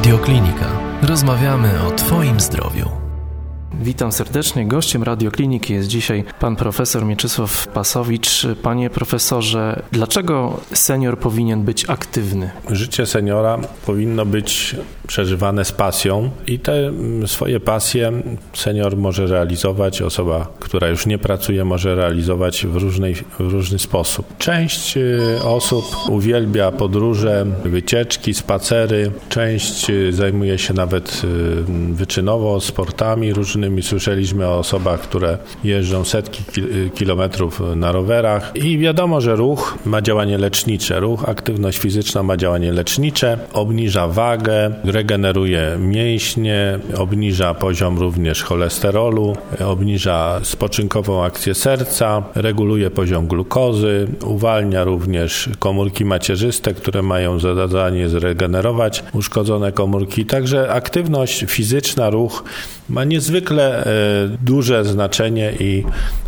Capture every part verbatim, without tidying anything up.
Radioklinika. Rozmawiamy o Twoim zdrowiu. Witam serdecznie. Gościem Radiokliniki jest dzisiaj pan profesor Mieczysław Pasowicz. Panie profesorze, dlaczego senior powinien być aktywny? Życie seniora powinno być przeżywane z pasją i te swoje pasje senior może realizować, osoba, która już nie pracuje, może realizować w, różnej, w różny sposób. Część osób uwielbia podróże, wycieczki, spacery. Część zajmuje się nawet wyczynowo sportami różnymi. Słyszeliśmy o osobach, które jeżdżą setki kilometrów na rowerach i wiadomo, że ruch ma działanie lecznicze. Ruch, aktywność fizyczna ma działanie lecznicze, obniża wagę, regeneruje mięśnie, obniża poziom również cholesterolu, obniża spoczynkową akcję serca, reguluje poziom glukozy, uwalnia również komórki macierzyste, które mają za zadanie zregenerować uszkodzone komórki. Także aktywność fizyczna, ruch ma niezwykle duże znaczenie i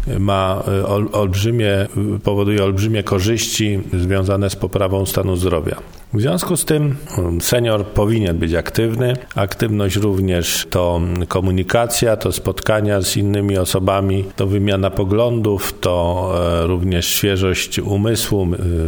ma olbrzymie, powoduje olbrzymie korzyści związane z poprawą stanu zdrowia. W związku z tym senior powinien być aktywny. Aktywność również to komunikacja, to spotkania z innymi osobami, to wymiana poglądów, to również świeżość umysłu,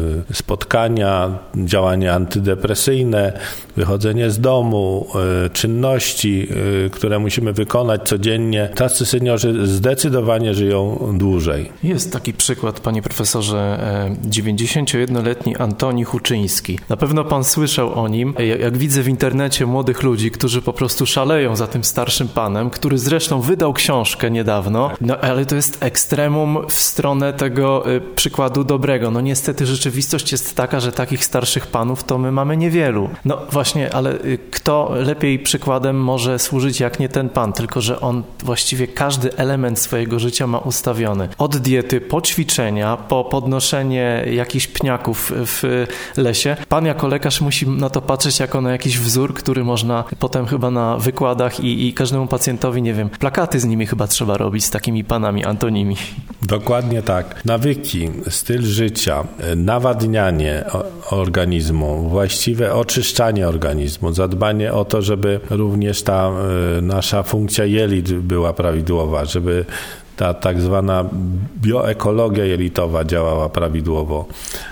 spotkania, działania antydepresyjne, wychodzenie z domu, czynności, które musimy wykonać codziennie. Tacy seniorzy zdecydowanie żyją dłużej. Jest taki przykład, panie profesorze, dziewięćdziesięciojednoletni Antoni Huczyński. Na pewno pan słyszał o nim. Jak widzę w internecie młodych ludzi, którzy po prostu szaleją za tym starszym panem, który zresztą wydał książkę niedawno, no ale to jest ekstremum w stronę tego y, przykładu dobrego. No niestety rzeczywistość jest taka, że takich starszych panów to my mamy niewielu. No właśnie, ale y, kto lepiej przykładem może służyć jak nie ten pan, tylko że on właściwie każdy element swojego życia ma ustawiony. Od diety, po ćwiczenia, po podnoszenie jakichś pniaków w lesie. Pan jako lekarz musi na to patrzeć jako na jakiś wzór, który można potem chyba na wykładach i, i każdemu pacjentowi, nie wiem, plakaty z nimi chyba trzeba robić, z takimi panami Antonimi. Dokładnie tak. Nawyki, styl życia, nawadnianie organizmu, właściwe oczyszczanie organizmu, zadbanie o to, żeby również ta y, nasza funkcja jelit była prawidłowa, żeby ta tak zwana bioekologia jelitowa działała prawidłowo,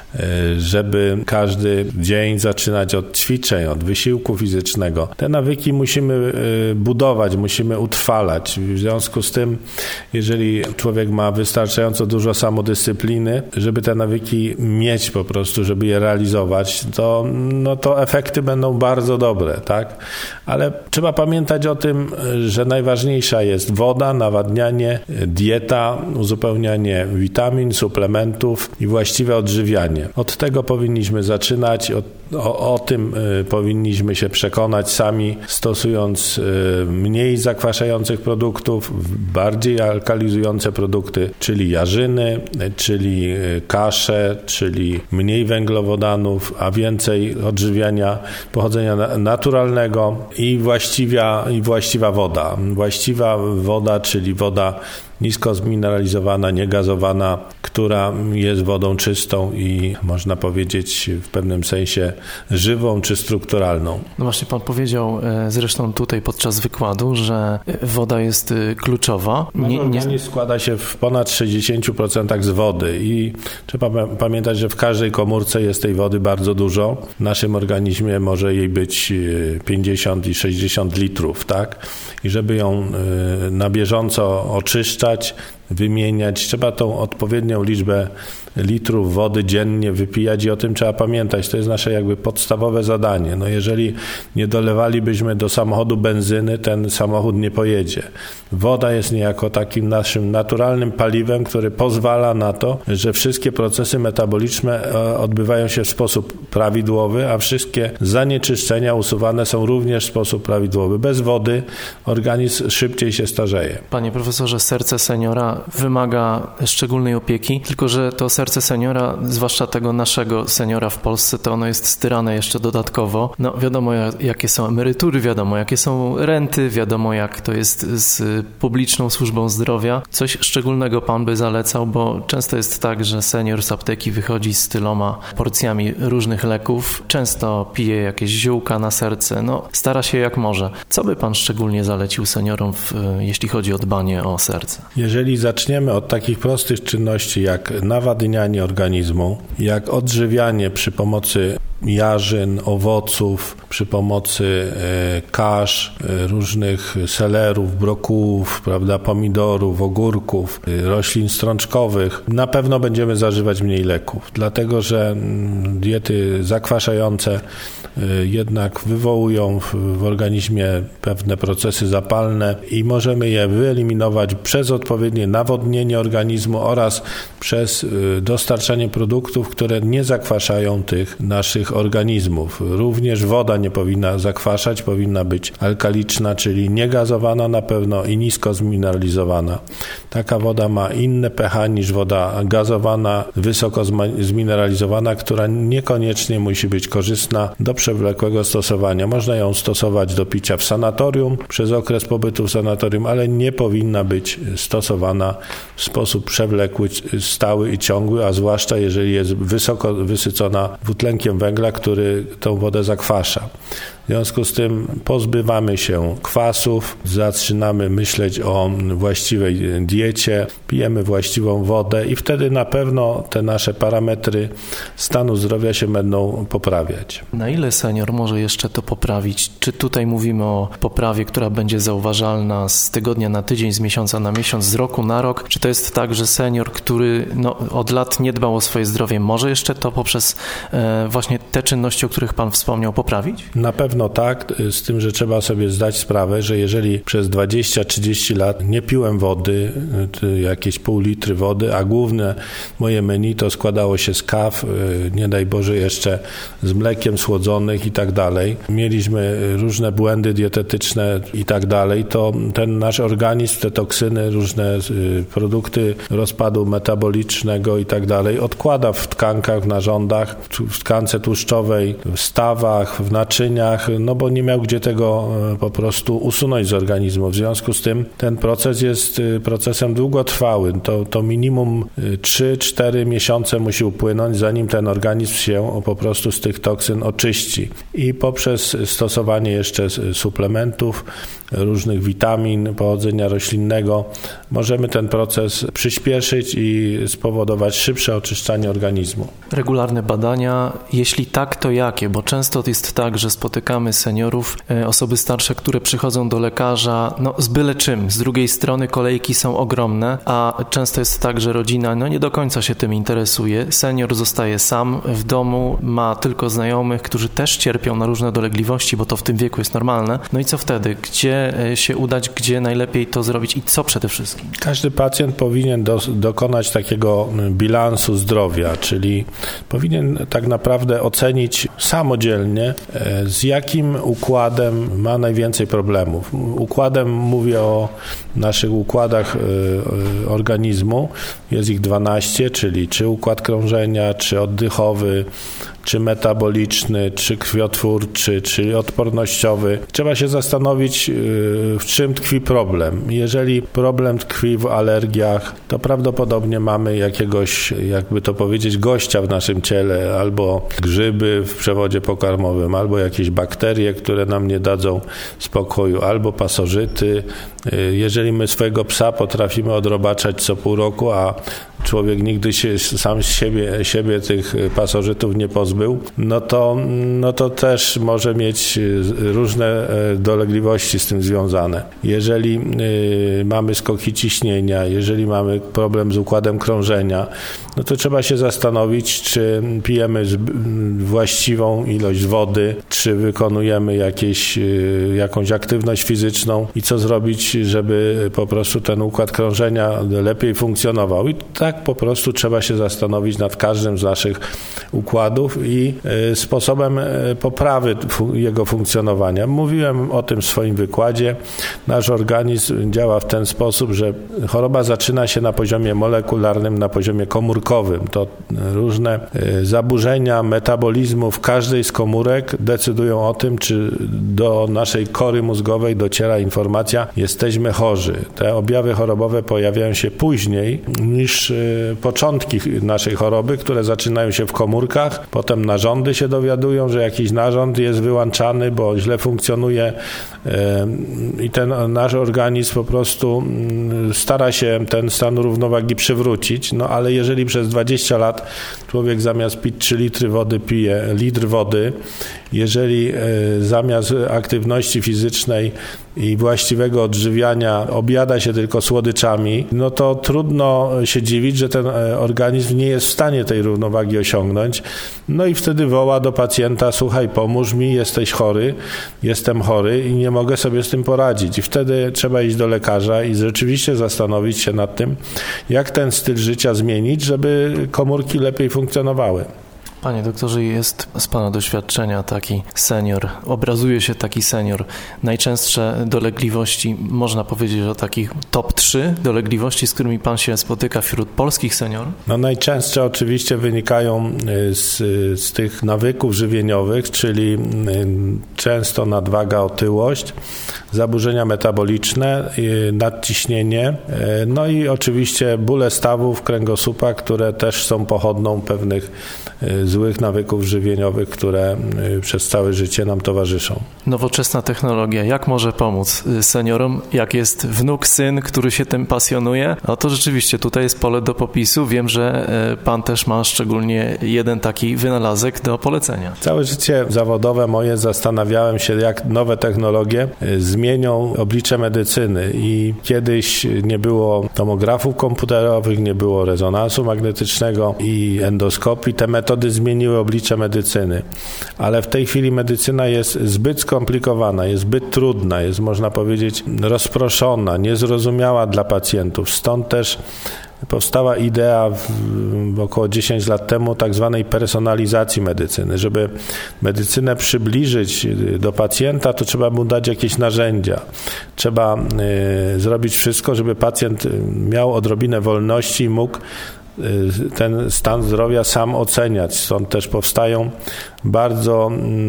żeby każdy dzień zaczynać od ćwiczeń, od wysiłku fizycznego. Te nawyki musimy budować, musimy utrwalać. W związku z tym, jeżeli człowiek ma wystarczająco dużo samodyscypliny, żeby te nawyki mieć po prostu, żeby je realizować, to, no to efekty będą bardzo dobre, tak? Ale trzeba pamiętać o tym, że najważniejsza jest woda, nawadnianie, dieta, uzupełnianie witamin, suplementów i właściwe odżywianie. Od tego powinniśmy zaczynać, o, o, o tym y, powinniśmy się przekonać sami, stosując y, mniej zakwaszających produktów, bardziej alkalizujące produkty, czyli jarzyny, y, czyli y, kasze, czyli mniej węglowodanów, a więcej odżywiania pochodzenia na, naturalnego i właściwa, i właściwa woda. Właściwa woda, czyli woda nisko zmineralizowana, niegazowana, która jest wodą czystą i można powiedzieć w pewnym sensie żywą czy strukturalną. No właśnie pan powiedział zresztą tutaj podczas wykładu, że woda jest kluczowa. Nie, nie... Organizm składa się w ponad sześćdziesiąt procent z wody i trzeba pamiętać, że w każdej komórce jest tej wody bardzo dużo. W naszym organizmie może jej być pięćdziesiąt i sześćdziesiąt litrów, tak? I żeby ją na bieżąco oczyszczać, wymieniać, trzeba tą odpowiednią liczbę litrów wody dziennie wypijać i o tym trzeba pamiętać. To jest nasze jakby podstawowe zadanie. No jeżeli nie dolewalibyśmy do samochodu benzyny, ten samochód nie pojedzie. Woda jest niejako takim naszym naturalnym paliwem, który pozwala na to, że wszystkie procesy metaboliczne odbywają się w sposób prawidłowy, a wszystkie zanieczyszczenia usuwane są również w sposób prawidłowy. Bez wody organizm szybciej się starzeje. Panie profesorze, serce seniora wymaga szczególnej opieki, tylko że to serce seniora, zwłaszcza tego naszego seniora w Polsce, to ono jest styrane jeszcze dodatkowo. No wiadomo, jakie są emerytury, wiadomo, jakie są renty, wiadomo, jak to jest z publiczną służbą zdrowia. Coś szczególnego pan by zalecał, bo często jest tak, że senior z apteki wychodzi z tyloma porcjami różnych leków, często pije jakieś ziółka na serce, no stara się jak może. Co by pan szczególnie zalecił seniorom, w, jeśli chodzi o dbanie o serce? Jeżeli zaczniemy od takich prostych czynności jak nawadnianie organizmu, jak odżywianie przy pomocy jarzyn, owoców, przy pomocy e, kasz, e, różnych selerów, brokułów, prawda, pomidorów, ogórków, e, roślin strączkowych, na pewno będziemy zażywać mniej leków, dlatego że m, diety zakwaszające e, jednak wywołują w, w organizmie pewne procesy zapalne i możemy je wyeliminować przez odpowiednie nawodnienie organizmu oraz przez e, dostarczanie produktów, które nie zakwaszają tych naszych organizmów. Również woda nie powinna zakwaszać, powinna być alkaliczna, czyli niegazowana na pewno i nisko zmineralizowana. Taka woda ma inne pH niż woda gazowana, wysoko zmineralizowana, która niekoniecznie musi być korzystna do przewlekłego stosowania. Można ją stosować do picia w sanatorium przez okres pobytu w sanatorium, ale nie powinna być stosowana w sposób przewlekły, stały i ciągły, a zwłaszcza jeżeli jest wysoko wysycona dwutlenkiem węgla, który tą wodę zakwasza. W związku z tym pozbywamy się kwasów, zaczynamy myśleć o właściwej diecie, pijemy właściwą wodę i wtedy na pewno te nasze parametry stanu zdrowia się będą poprawiać. Na ile senior może jeszcze to poprawić? Czy tutaj mówimy o poprawie, która będzie zauważalna z tygodnia na tydzień, z miesiąca na miesiąc, z roku na rok? Czy to jest tak, że senior, który no, od lat nie dbał o swoje zdrowie, może jeszcze to poprzez e, właśnie te czynności, o których pan wspomniał, poprawić? Na pewno tak, z tym, że trzeba sobie zdać sprawę, że jeżeli przez dwadzieścia trzydzieści lat nie piłem wody, jakieś pół litry wody, a główne moje menu to składało się z kaw, nie daj Boże jeszcze z mlekiem słodzonych i tak dalej. Mieliśmy różne błędy dietetyczne i tak dalej, to ten nasz organizm, te toksyny, różne produkty rozpadu metabolicznego i tak dalej odkłada w tkankach, w narządach, w tkance tłuszczowej, w stawach, w naczyniach, no bo nie miał gdzie tego po prostu usunąć z organizmu. W związku z tym ten proces jest procesem długotrwałym. To, to minimum trzy cztery miesiące musi upłynąć, zanim ten organizm się po prostu z tych toksyn oczyści. I poprzez stosowanie jeszcze suplementów, różnych witamin pochodzenia roślinnego możemy ten proces przyspieszyć i spowodować szybsze oczyszczanie organizmu. Regularne badania, jeśli tak, to jakie? Bo często jest tak, że spotykamy seniorów, osoby starsze, które przychodzą do lekarza, no z byle czym. Z drugiej strony kolejki są ogromne, a często jest tak, że rodzina no nie do końca się tym interesuje. Senior zostaje sam w domu, ma tylko znajomych, którzy też cierpią na różne dolegliwości, bo to w tym wieku jest normalne. No i co wtedy? Gdzie się udać, gdzie najlepiej to zrobić i co przede wszystkim? Każdy pacjent powinien do, dokonać takiego bilansu zdrowia, czyli powinien tak naprawdę ocenić samodzielnie, z jakim układem ma najwięcej problemów. Układem, mówię o naszych układach organizmu, jest ich dwanaście, czyli czy układ krążenia, czy oddechowy, czy metaboliczny, czy krwiotwórczy, czy odpornościowy. Trzeba się zastanowić, w czym tkwi problem. Jeżeli problem tkwi w alergiach, to prawdopodobnie mamy jakiegoś, jakby to powiedzieć, gościa w naszym ciele, albo grzyby w przewodzie pokarmowym, albo jakieś bakterie, które nam nie dadzą spokoju, albo pasożyty. Jeżeli my swojego psa potrafimy odrobaczać co pół roku, a człowiek nigdy się sam z siebie, siebie tych pasożytów nie pozbył, no to, no to też może mieć różne dolegliwości z tym związane. Jeżeli y, mamy skoki ciśnienia, jeżeli mamy problem z układem krążenia, no to trzeba się zastanowić, czy pijemy właściwą ilość wody, czy wykonujemy jakieś, y, jakąś aktywność fizyczną i co zrobić, żeby po prostu ten układ krążenia lepiej funkcjonował. I tak jednak po prostu trzeba się zastanowić nad każdym z naszych układów i sposobem poprawy jego funkcjonowania. Mówiłem o tym w swoim wykładzie. Nasz organizm działa w ten sposób, że choroba zaczyna się na poziomie molekularnym, na poziomie komórkowym. To różne zaburzenia metabolizmu w każdej z komórek decydują o tym, czy do naszej kory mózgowej dociera informacja, jesteśmy chorzy. Te objawy chorobowe pojawiają się później niż początki naszej choroby, które zaczynają się w komórkach, potem narządy się dowiadują, że jakiś narząd jest wyłączany, bo źle funkcjonuje i ten nasz organizm po prostu stara się ten stan równowagi przywrócić, no ale jeżeli przez dwadzieścia lat człowiek zamiast pić trzy litry wody pije litr wody, jeżeli zamiast aktywności fizycznej i właściwego odżywiania objada się tylko słodyczami, no to trudno się dziwić, że ten organizm nie jest w stanie tej równowagi osiągnąć. No i wtedy woła do pacjenta: słuchaj, pomóż mi, jesteś chory, jestem chory i nie mogę sobie z tym poradzić. I wtedy trzeba iść do lekarza i rzeczywiście zastanowić się nad tym, jak ten styl życia zmienić, żeby komórki lepiej funkcjonowały. Panie doktorze, jest z Pana doświadczenia taki senior, obrazuje się taki senior. Najczęstsze dolegliwości, można powiedzieć o takich top trzy dolegliwości, z którymi Pan się spotyka wśród polskich seniorów? No najczęstsze oczywiście wynikają z, z tych nawyków żywieniowych, czyli często nadwaga, otyłość, zaburzenia metaboliczne, nadciśnienie, no i oczywiście bóle stawów, kręgosłupa, które też są pochodną pewnych złych nawyków żywieniowych, które przez całe życie nam towarzyszą. Nowoczesna technologia, jak może pomóc seniorom? Jak jest wnuk, syn, który się tym pasjonuje? No to rzeczywiście tutaj jest pole do popisu. Wiem, że Pan też ma szczególnie jeden taki wynalazek do polecenia. Całe życie zawodowe moje zastanawiałem się, jak nowe technologie zmienią oblicze medycyny i kiedyś nie było tomografów komputerowych, nie było rezonansu magnetycznego i endoskopii. Te metody zmieniły oblicze medycyny, ale w tej chwili medycyna jest zbyt skomplikowana, jest zbyt trudna, jest, można powiedzieć, rozproszona, niezrozumiała dla pacjentów. Stąd też powstała idea w, około dziesięć lat temu tak zwanej personalizacji medycyny. Żeby medycynę przybliżyć do pacjenta, to trzeba mu dać jakieś narzędzia. Trzeba y, zrobić wszystko, żeby pacjent miał odrobinę wolności i mógł ten stan zdrowia sam oceniać. Stąd też powstają bardzo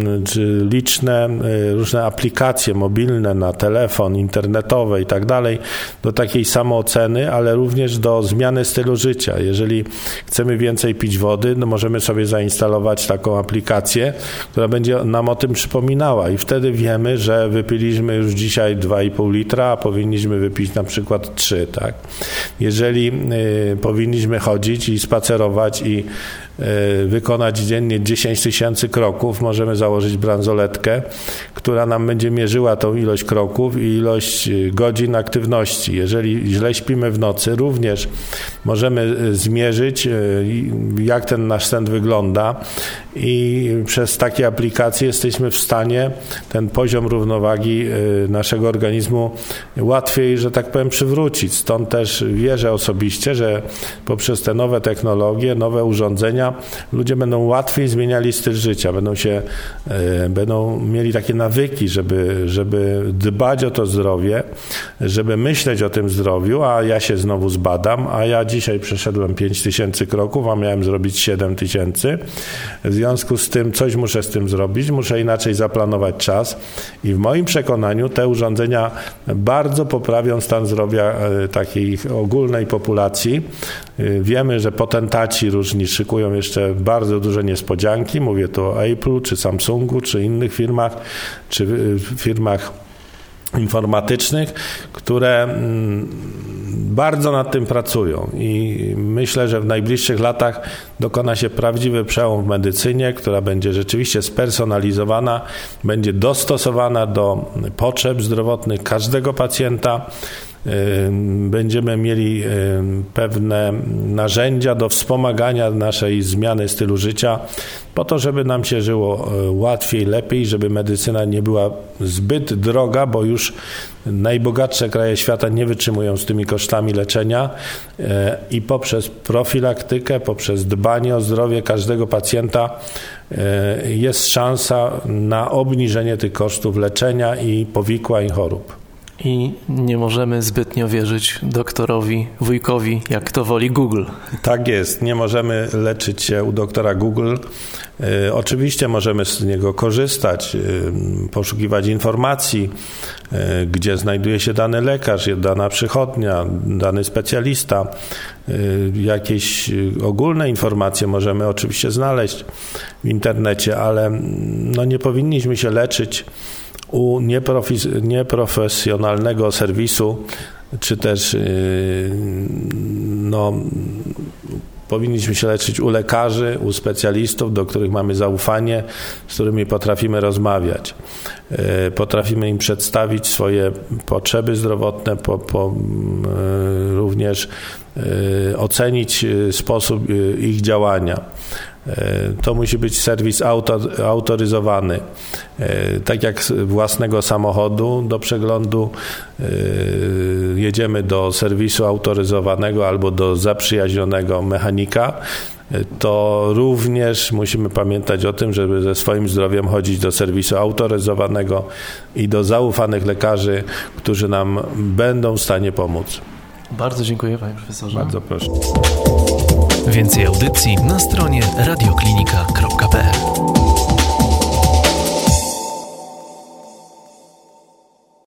liczne różne aplikacje mobilne na telefon, internetowe i tak dalej, do takiej samooceny, ale również do zmiany stylu życia. Jeżeli chcemy więcej pić wody, no możemy sobie zainstalować taką aplikację, która będzie nam o tym przypominała i wtedy wiemy, że wypiliśmy już dzisiaj dwa i pół litra, a powinniśmy wypić na przykład trzy, tak? Jeżeli y, powinniśmy chodzić i spacerować i wykonać dziennie dziesięć tysięcy kroków, możemy założyć bransoletkę, która nam będzie mierzyła tą ilość kroków i ilość godzin aktywności. Jeżeli źle śpimy w nocy, również możemy zmierzyć, jak ten nasz sen wygląda i przez takie aplikacje jesteśmy w stanie ten poziom równowagi naszego organizmu łatwiej, że tak powiem, przywrócić. Stąd też wierzę osobiście, że poprzez te nowe technologie, nowe urządzenia ludzie będą łatwiej zmieniali styl życia, będą się, e, będą mieli takie nawyki, żeby, żeby dbać o to zdrowie, żeby myśleć o tym zdrowiu, a ja się znowu zbadam, a ja dzisiaj przeszedłem pięć tysięcy kroków, a miałem zrobić siedem tysięcy. W związku z tym coś muszę z tym zrobić, muszę inaczej zaplanować czas i w moim przekonaniu te urządzenia bardzo poprawią stan zdrowia e, takiej ogólnej populacji. E, wiemy, że potentaci różni szykują jeszcze bardzo duże niespodzianki. Mówię tu o Apple'u, czy Samsungu, czy innych firmach, czy firmach informatycznych, które bardzo nad tym pracują i myślę, że w najbliższych latach dokona się prawdziwy przełom w medycynie, która będzie rzeczywiście spersonalizowana, będzie dostosowana do potrzeb zdrowotnych każdego pacjenta będziemy mieli pewne narzędzia do wspomagania naszej zmiany stylu życia, po to, żeby nam się żyło łatwiej, lepiej, żeby medycyna nie była zbyt droga, bo już najbogatsze kraje świata nie wytrzymują z tymi kosztami leczenia i poprzez profilaktykę, poprzez dbanie o zdrowie każdego pacjenta jest szansa na obniżenie tych kosztów leczenia i powikłań chorób. I nie możemy zbytnio wierzyć doktorowi, wujkowi, jak to woli Google. Tak jest, nie możemy leczyć się u doktora Google. E, oczywiście możemy z niego korzystać, e, poszukiwać informacji, e, gdzie znajduje się dany lekarz, dana przychodnia, dany specjalista. E, jakieś ogólne informacje możemy oczywiście znaleźć w internecie, ale no, nie powinniśmy się leczyć u nieprofes- nieprofesjonalnego serwisu, czy też no, powinniśmy się leczyć u lekarzy, u specjalistów, do których mamy zaufanie, z którymi potrafimy rozmawiać. Potrafimy im przedstawić swoje potrzeby zdrowotne, po, po, również ocenić sposób ich działania. To musi być serwis auto, autoryzowany. Tak jak własnego samochodu do przeglądu jedziemy do serwisu autoryzowanego albo do zaprzyjaźnionego mechanika, to również musimy pamiętać o tym, żeby ze swoim zdrowiem chodzić do serwisu autoryzowanego i do zaufanych lekarzy, którzy nam będą w stanie pomóc. Bardzo dziękuję, panie profesorze. Bardzo proszę. Więcej audycji na stronie radioklinika kropka p l.